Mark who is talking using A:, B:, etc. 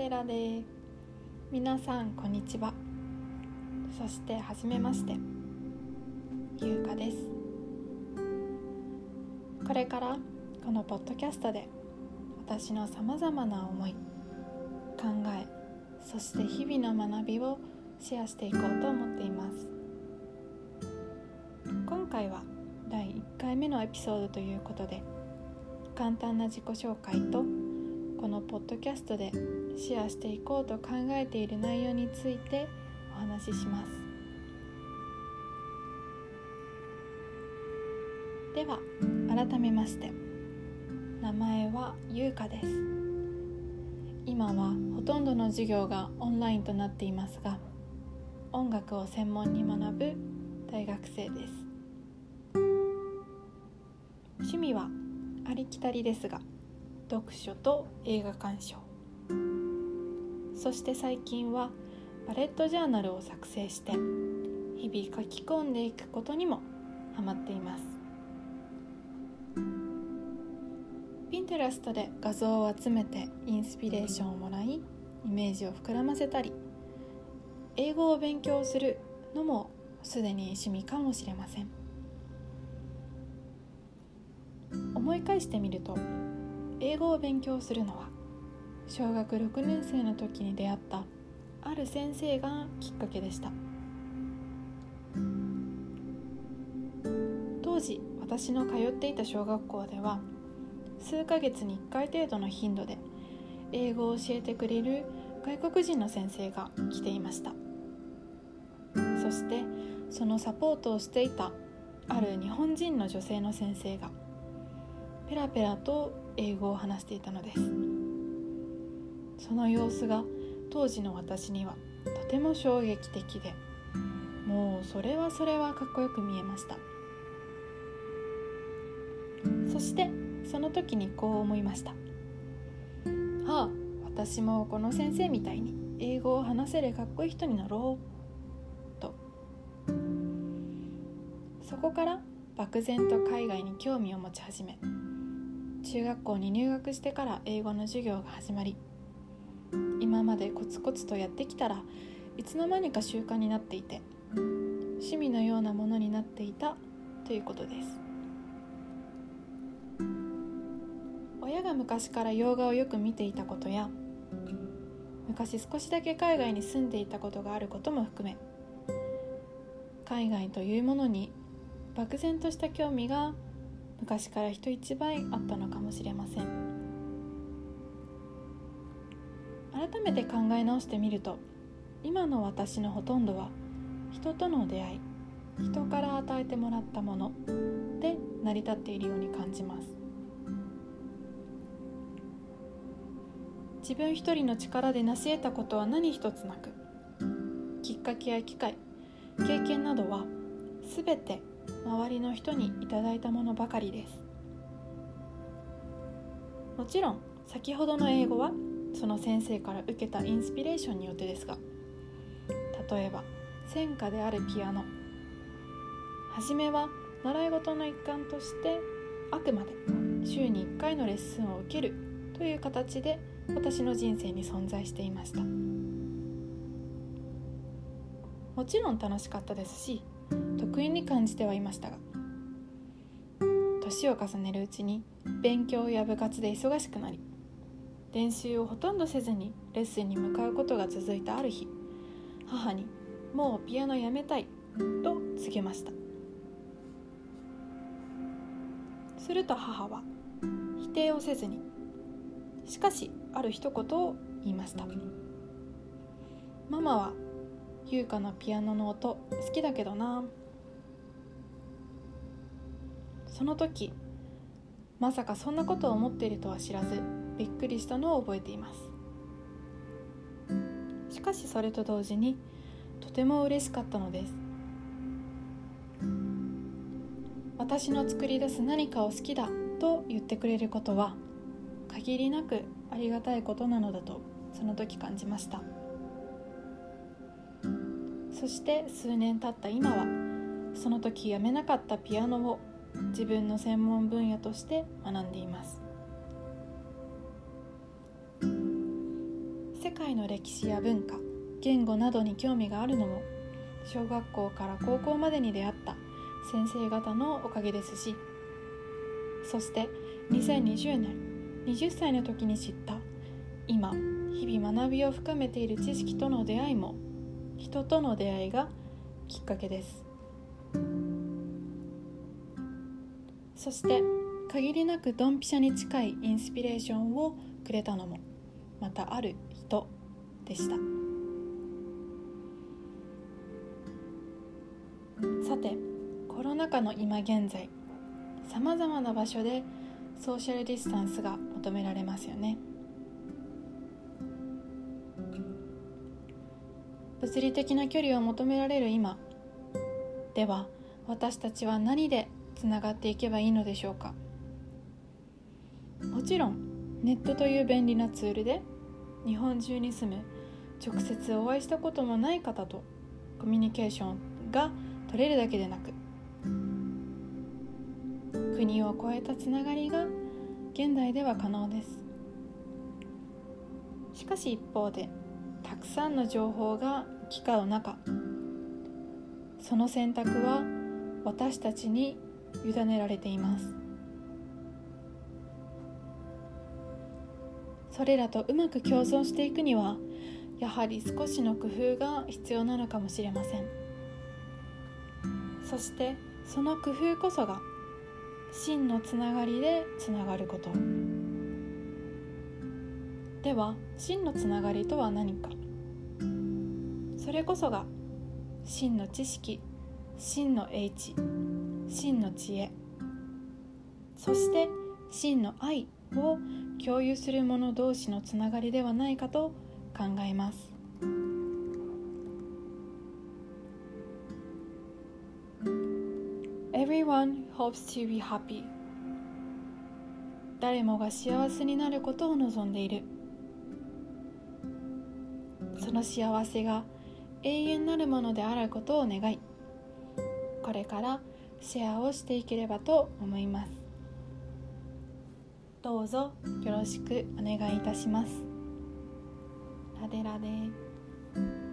A: エラで皆さんこんにちは。そしてはじめまして、ゆうかです。これからこのポッドキャストで私のさまざまな思い、考え、そして日々の学びをシェアしていこうと思っています。今回は第1回目のエピソードということで、簡単な自己紹介とこのポッドキャストでシェアしていこうと考えている内容についてお話しします。では改めまして、名前はゆうかです。今はほとんどの授業がオンラインとなっていますが、音楽を専門に学ぶ大学生です。趣味はありきたりですが、読書と映画鑑賞、そして最近はバレットジャーナルを作成して日々書き込んでいくことにもハマっています。Pinterest で画像を集めてインスピレーションをもらい、イメージを膨らませたり、英語を勉強するのもすでに趣味かもしれません。思い返してみると、英語を勉強するのは小学6年生の時に出会ったある先生がきっかけでした。当時私の通っていた小学校では、数ヶ月に1回程度の頻度で英語を教えてくれる外国人の先生が来ていました。そしてそのサポートをしていたある日本人の女性の先生がペラペラと英語を話していたのです。その様子が当時の私にはとても衝撃的で、もうそれはかっこよく見えました。そしてその時にこう思いました。私もこの先生みたいに英語を話せるかっこいい人になろうと。そこから漠然と海外に興味を持ち始め、中学校に入学してから英語の授業が始まり、今までコツコツとやってきたらいつの間にか習慣になっていて、趣味のようなものになっていたということです。親が昔から洋画をよく見ていたことや、昔少しだけ海外に住んでいたことがあることも含め、海外というものに漠然とした興味が昔から人一倍あったのかもしれません。改めて考え直してみると、今の私のほとんどは人との出会い、人から与えてもらったもので成り立っているように感じます。自分一人の力で成し得たことは何一つなく、きっかけや機会、経験などはすべて周りの人にいただいたものばかりです。もちろん先ほどの英語はその先生から受けたインスピレーションによってですが、例えば専科であるピアノ、はじめは習い事の一環としてあくまで週に1回のレッスンを受けるという形で私の人生に存在していました。もちろん楽しかったですし、得意に感じてはいましたが、年を重ねるうちに勉強や部活で忙しくなり、練習をほとんどせずにレッスンに向かうことが続いたある日、母にもうピアノやめたいと告げました。すると母は否定をせずに、しかしある一言を言いました。ママは優香のピアノの音好きだけどな。その時、まさかそんなことを思っているとは知らず、びっくりしたのを覚えています。しかしそれと同時にとても嬉しかったのです。私の作り出す何かを好きだと言ってくれることは限りなくありがたいことなのだとその時感じました。そして数年経った今は、その時やめなかったピアノを自分の専門分野として学んでいます。世界の歴史や文化、言語などに興味があるのも小学校から高校までに出会った先生方のおかげですし、そして2020年20歳の時に知った今日々学びを深めている知識との出会いも人との出会いがきっかけです。そして限りなくドンピシャに近いインスピレーションをくれたのもまたある人でした。さて、コロナ禍の今現在、さまざまな場所でソーシャルディスタンスが求められますよね。物理的な距離を求められる今では、私たちは何でつながっていけばいいのでしょうか。もちろんネットという便利なツールで日本中に住む直接お会いしたこともない方とコミュニケーションが取れるだけでなく、国を越えたつながりが現代では可能です。しかし一方でたくさんの情報が行き交う中、その選択は私たちに委ねられています。それらとうまく共存していくには、やはり少しの工夫が必要なのかもしれません。そしてその工夫こそが真のつながりでつながること。では真のつながりとは何か。それこそが真の知識、真の英知、真の知恵、そして真の愛を共有する者同士のつながりではないかと考えます。Everyone hopes to be happy. 誰もが幸せになることを望んでいる。その幸せが永遠なるものであることを願い、これからシェアをしていければと思います。どうぞよろしくお願いいたします。ラデラデ。